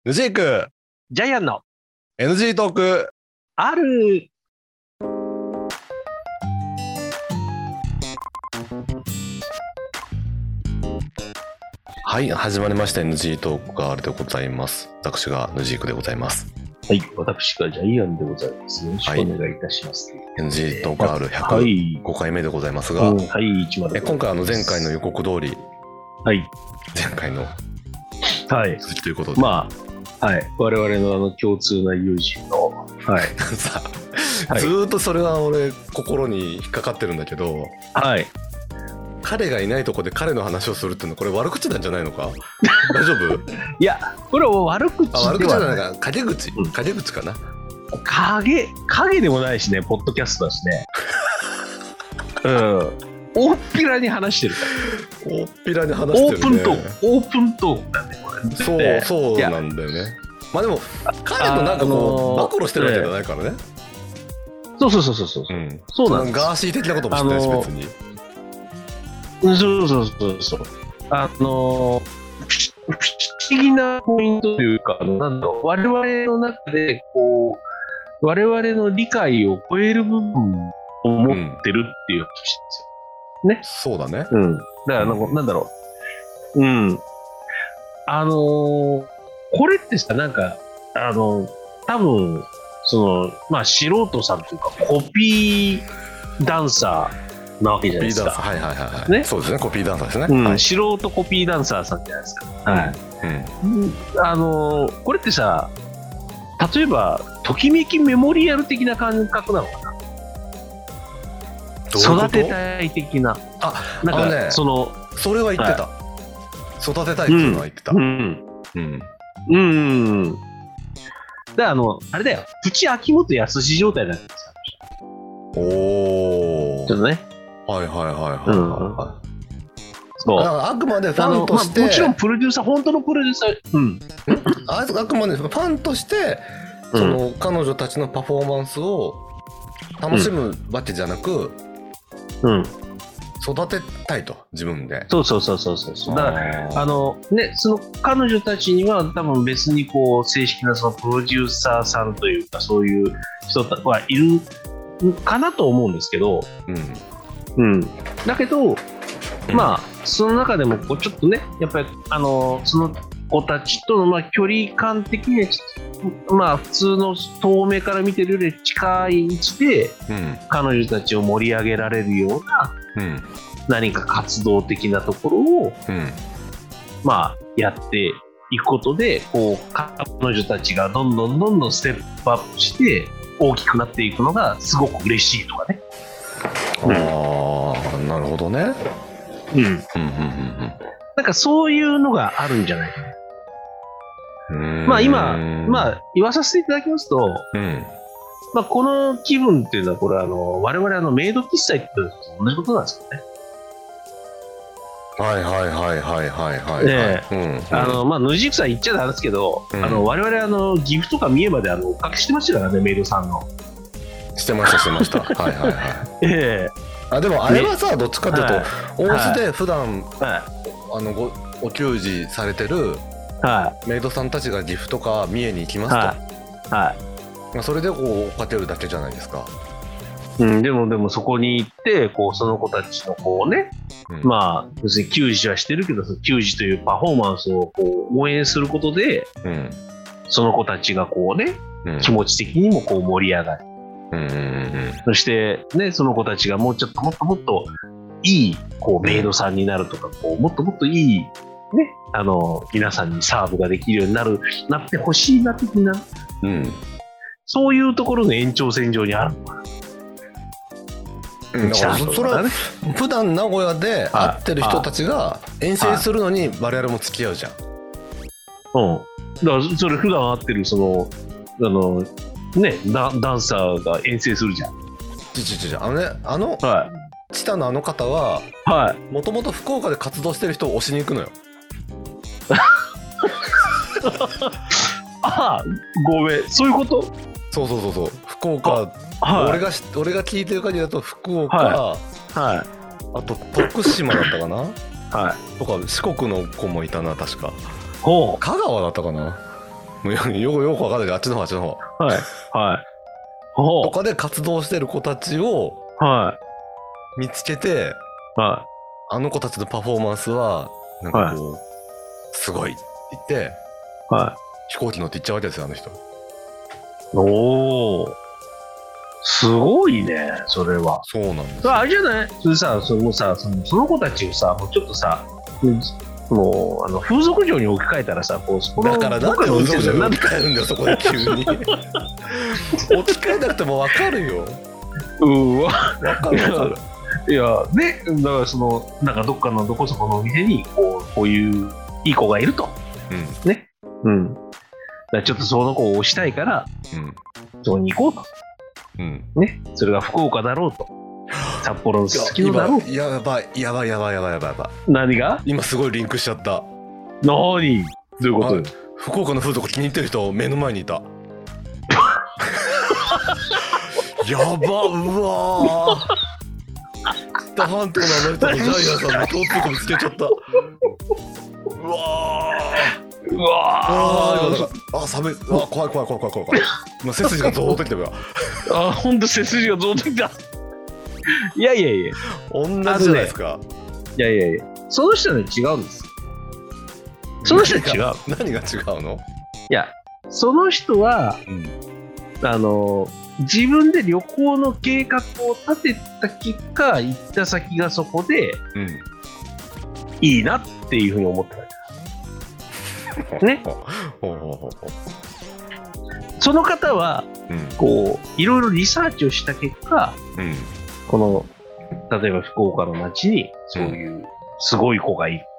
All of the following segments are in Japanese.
ヌジークジャイアンの NG トーク。 ある。 はい、始まりました NG トークがあるでございます。私がヌジークでございます。 はい、私がジャイアンでございます。よろしくお願いいたします。 NG トークがある105回目でございますが、 はい、105 今回前回の予告通り、 はい、 前回の続きということで、 まあ、はい、我々の共通な友人の、はい、 さずーっとそれは俺心に引っかかってるんだけど、 はい、 彼がいないとこで彼の話をするっていうのはこれ悪口なんじゃないのか？大丈夫？ いや、これは悪口ではない。 悪口じゃないか、陰口、陰口かな。 影でもないしね、ポッドキャストだしね。うん。大っぴらに話してるから。 大っぴらに話してるね。 オープントークなんでこれ。 そうなんだよね。まあでも彼のなんかこう暴露してるわけじゃないからね。 そう。 そうなんです。 ガーシー的なこともしてないし別に。 そう。不思議なポイントというか、なんだろう、我々の中でこう我々の理解を超える部分を持ってるっていう話ですよね。 そうだね。 だからなんだろう、これってさ、なんか多分まあ素人さんというかコピーダンサーなわけじゃないですか。 はいね、そうですね、コピーダンサーですね、 素人コピーダンサーさんじゃないですか。これってさ、例えばときめきメモリアル的な感覚なのかな。育てたい的な。なんかね、それは言ってた、育てたいっていうのは言ってた。 だからあれだよ、プチ秋元康状態なんですよ。 おお。 ちょっとね。そう。 あくまでファンとして、 もちろんプロデューサー、本当のプロデューサー、 あくまでファンとして彼女たちのパフォーマンスを楽しむわけじゃなく、育てたいと、自分で。 そう。だからね、その彼女たちには多分別にこう正式なそのプロデューサーさんというかそういう人はいるかなと思うんですけど、だけど、まあその中でもこうちょっとね、やっぱりその子たちとの距離感的にはまあ普通の遠目から見てるより近い位置で、彼女たちを盛り上げられるような、何か活動的なところを、まあやっていくことで、こう彼女たちがどんどんステップアップして大きくなっていくのがすごく嬉しいとかね。 なるほどね。 なんかそういうのがあるんじゃないかな。まあ今、言わさせていただきますと、まあこの気分っていうのは、これ我々メイド喫茶行ってると同じことなんですよね。まあヌジークさん言っちゃなんですけど、我々岐阜とか三重までおかけしてましたからね、メイドさんの。 してましたでもあれはさ、どっちかというと大須で普段お給仕されてるメイドさんたちが岐阜とか三重に行きますと、それでこう追っかけるだけじゃないですか。 でもそこに行ってこうその子たちのこうね、まあ要するに給仕はしてるけど、給仕というパフォーマンスをこう応援することで、その子たちがこうね、気持ち的にもこう盛り上がる。そしてね、その子たちがもっといいこうメイドさんになるとか、こうもっといいね、皆さんにサーブができるようになってほしいな的な、そういうところの延長線上にあるのかな。 それは普段名古屋で会ってる人たちが遠征するのに我々も付き合うじゃん。 だからそれ普段会ってるダンサーが遠征するじゃん。 チタの方はもともと福岡で活動してる人を推しに行くのよ。 ごめん、そういうこと？ そう福岡、俺が聞いてる限りだと福岡、あと徳島だったかな、とか四国の子もいたな、確か。香川だったかな。 もうよくわかんないけど、あっちの方、あっちの方。 はい。はい。 とかで活動してる子たちを見つけて、 はい。 あの子たちのパフォーマンスは、なんかこう、すごいって言って、 はい。 飛行機乗って行っちゃうわけですよ、あの人。 おー。すごいね、それは。 そうなんですよ。 あれじゃない？それさ、その子たちをさ、もうちょっとさ、もう風俗嬢に置き換えたらさ、こうそこのだからなんで風俗嬢に置き換えるんだよ、そこで急に。置き換えなくても分かるよ。 分かる。 いや、ね、だからなんかどっかのどこそこのお店に、こういういい子がいると。ね。だからちょっとその子を推したいから、そこに行こうと。ね。それが福岡だろうと。札幌のすすきのだろう。 やばい。 何が？ 今すごいリンクしちゃった。 何？どういうこと？ 福岡の風俗気に入ってる人目の前にいた。やば、うわー。北半島のあの人とジャイアンさんの共通項見つけちゃった。うわー。寒い。怖い。もう背筋がゾーッときてるわ。 ほんと背筋がゾーッときた。いや。 同じじゃないですか。 いや。その人はね、違うんです。その人は違う。 何が違うの？ いや、その人は、自分で旅行の計画を立てた結果、行った先がそこで、いいなっていうふうに思ってた。ね。その方は、こういろいろリサーチをした結果、この例えば福岡の街にそういうすごい子がいる。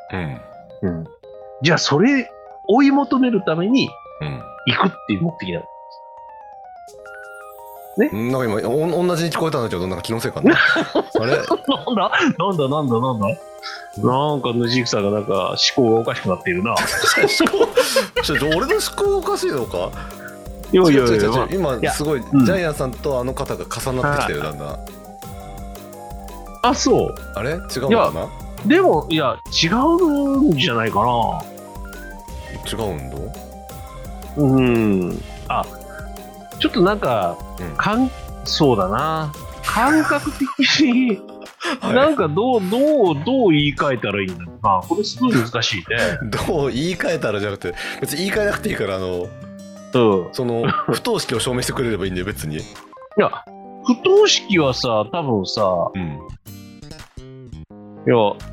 じゃあそれ追い求めるために行くっていう目的なの。ね。 なんか今同じに聞こえたんだけど、なんか気のせいかな。あれ？なんだ。なんかヌジクさんがなんか思考がおかしくなっているな。 俺の思考がおかしいのか？いや今すごいジャイアンさんとあの方が重なってきてる、だんだん。 あ、そう。 あれ？違うのかな？ でもいや違うんじゃないかな。 違うんだ。 あ、ちょっとなんか、そうだな。感覚的になんかどう言い換えたらいいんだろうな。これすごい難しいね。 どう言い換えたらじゃなくて、別に言い換えなくていいからその不等式を証明してくれればいいんだよ、別に。いや、不等式はさ、多分さ、いや、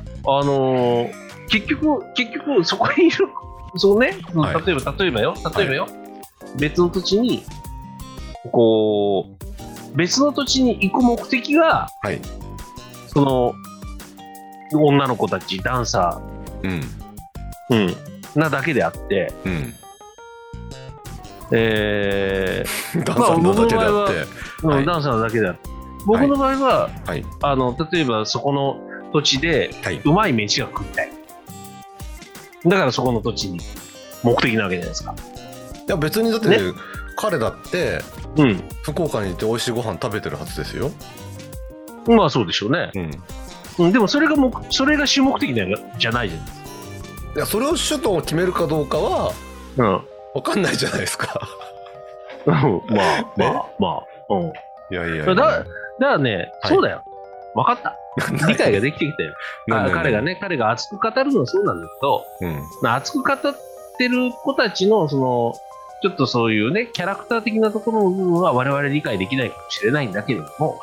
結局そこにいる、そうね、例えばよ、別の土地にこう別の土地に行く目的が、その女の子たちダンサー、なだけであって、 ダンサーなだけであって、 ダンサーなだけであって、僕の場合は、例えばそこの土地でうまい飯が食いたい。だからそこの土地に目的なわけじゃないですか。 いや別にだって、彼だって、福岡に行って美味しいご飯食べてるはずですよ。 まあそうでしょうね。でもそれが主目的じゃないじゃないですか。 いやそれを首都を決めるかどうかは分かんないじゃないですか。 まあ。いやだからね、そうだよ。分かった。理解ができてきたよ。彼が熱く語るのはそうなんだけど、熱く語ってる子たちのちょっとそういうねキャラクター的なところの部分は我々理解できないかもしれないんだけれども、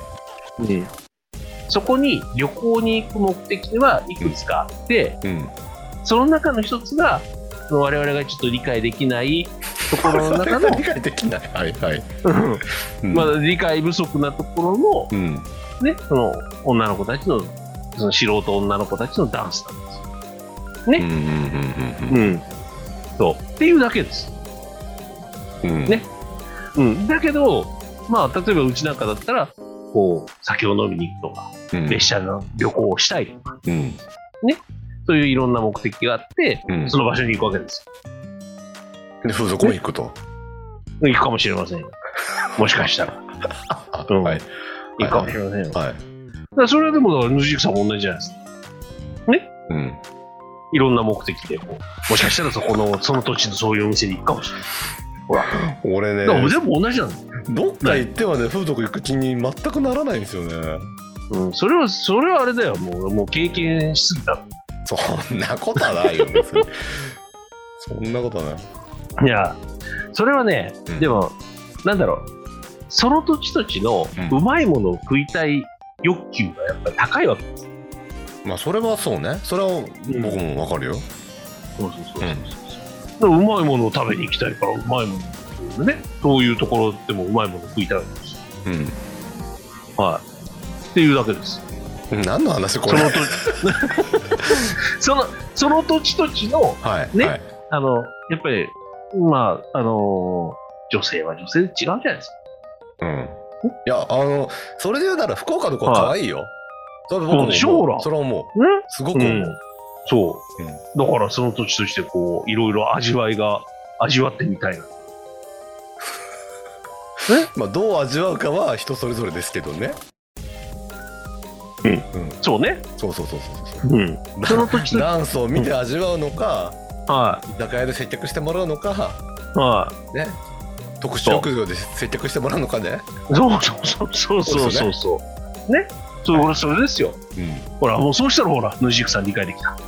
そこに旅行に行く目的はいくつかあって、その中の一つが我々がちょっと理解できないところの中の理解できない、 まだ理解不足なところの、ね、その女の子たちのその素人女の子たちのダンスなんですよ。ね。そうっていうだけです。ね。だけど、まあ例えばうちなんかだったらこう酒を飲みに行くとか、列車の旅行をしたいとか、ね。そういういろんな目的があって、その場所に行くわけですよ。で風俗も行くと。 行くかもしれませんよ。もしかしたら。行くかもしれませんよ。だからそれはでもヌジークさんも同じじゃないですか。ね。 いろんな目的でもしかしたらその土地のそういうお店に行くかもしれない。ほら俺ね全部同じなの。 どっか行ってはね風俗行く気に全くならないんですよね。 それはあれだよ。もう経験しすぎた。 そんなことはないよ別にそんなことはない。 いやそれはね、でもなんだろう、その土地土地のうまいものを食いたい欲求がやっぱり高いわけです。 まあそれはそうね。それは僕もわかるよ。 うまいものを食べに行きたいから、うまいものね、そういうところでもうまいものを食いたいわけです。はい。っていうだけです。 何の話これ。 その土地土地の、ね、やっぱりまあ女性は女性で違うじゃないですか。 いやそれで言うなら福岡の子は可愛いよ。それは僕もそれは思う。すごく思う。 そう。だからその土地としてこういろいろ味わってみたいな。 まあどう味わうかは人それぞれですけどね。 そうね。 そう。 その土地ダンスを見て味わうのか、居酒屋で接客してもらうのか、ね、特殊浴場で接客してもらうのかね。そうね。 それですよ。ほらもうそうしたらほら野宿さん理解できた。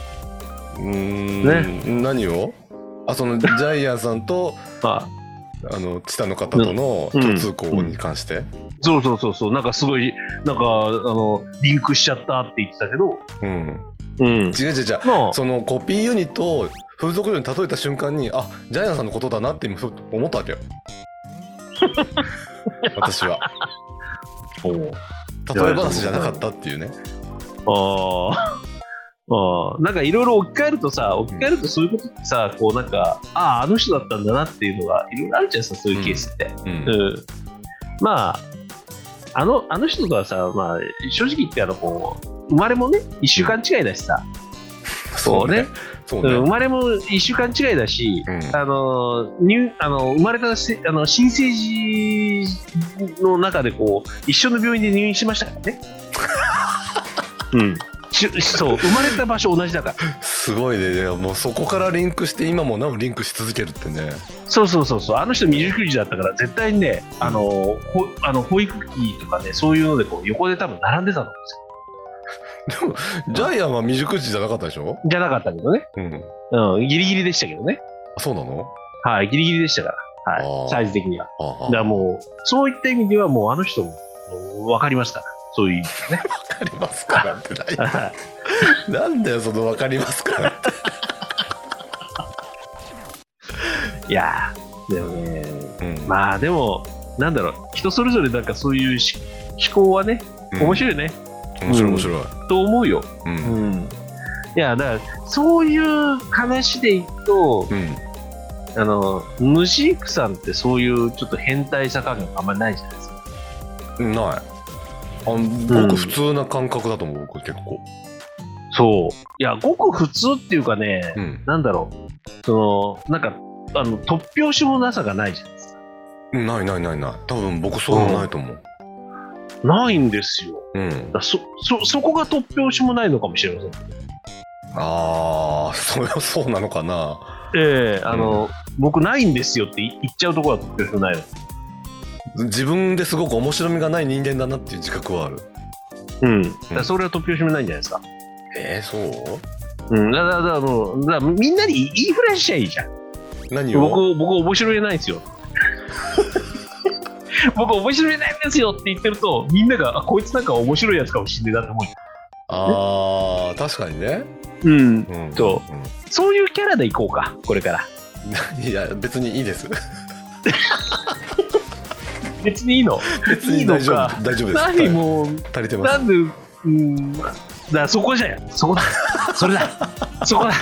何を？そのジャイアンさんとチタの方との共通項に関して。 そうなんかすごいなんかリンクしちゃったって言ってたけど。 違うそのコピーユニットを風俗嬢に例えた瞬間にジャイアンさんのことだなって思ったわけよ私は。例え話じゃなかったっていうね。 なんかいろいろ置き換えるとそういうことってさ、こうなんかあの人だったんだなっていうのがいろいろあるじゃないですか、そういうケースって。まああの人とはさ、まあ正直言ってこう生まれもね1週間違いだしさ、そうね。生まれも1週間違いだし、生まれた新生児の中でこう一緒の病院で入院しましたからね。そう生まれた場所同じだから。 すごいね。もうそこからリンクして今もなおリンクし続けるってね。 そうあの人未熟児だったから絶対にね保育器とかねそういうのでこう横で多分並んでたんですよ。 でもジャイアンは未熟児じゃなかったでしょ？ じゃなかったけどね。ギリギリでしたけどね。 そうなの？ はい、ギリギリでしたから。はい、サイズ的には。だからもうそういった意味ではもうあの人も分かりましたから。そういう意味でね。 分かりますからってなんだよその分かりますからって。 いやでもね、まあでもなんだろう、人それぞれなんかそういう思考はね面白いね。 面白いと思うよ。いやだからそういう話でいくと、ヌジークさんってそういうちょっと変態さ加減あんまりないじゃないですか。 ない。僕普通な感覚だと思う。僕結構。 そう。いやごく普通っていうかね、なんだろう、なんか突拍子もなさがないじゃないですか。 ない。多分僕そうもないと思う。 ないんですよ。そこが突拍子もないのかもしれません。 そうなのかな。 僕ないんですよって言っちゃうところは突拍子もないの。 自分ですごく面白みがない人間だなっていう自覚はある。 それは突拍子もないんじゃないですか。 そう？ だからみんなに言いふらしちゃいいじゃん。 何を？ 僕面白いないんですよ。僕面白いないんですよって言ってるとみんながこいつなんか面白いやつかもしれないなと思う。 確かにね。 そういうキャラでいこうかこれから。 いや別にいいです。 別にいいの？ 別に大丈夫です。 何もう足りてます。 なんでだそこじゃん。そこだ。それだ。そこだ。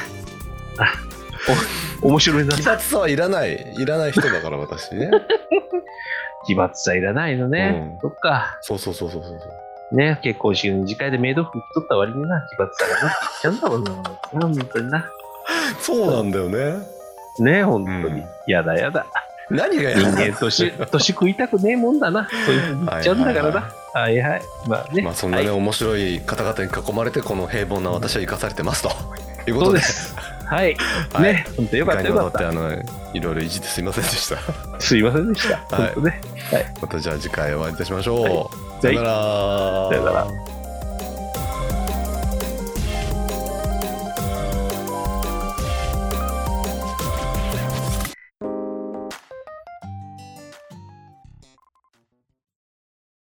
面白いな。 奇抜さはいらない人だから私ね。 奇抜さいらないのね。そっか。 そう。 ね、結婚式の二次会でメイド服着とった割にな奇抜さがね。ちゃんだもんな。本当にな。 そうなんだよね。 ね、本当に。やだ。 何がやだ。 人間年食いたくねえもんだな。そういうふうに言っちゃうんだからな。はい。まあね。 そんなね面白い方々に囲まれてこの平凡な私は生かされてますと。 いうことで。 はい。ね、本当よかったよかった。 いろいろいじってすいませんでした。 すいませんでした。 はい。またじゃあ次回お会いいたしましょう。さよなら。 さよなら。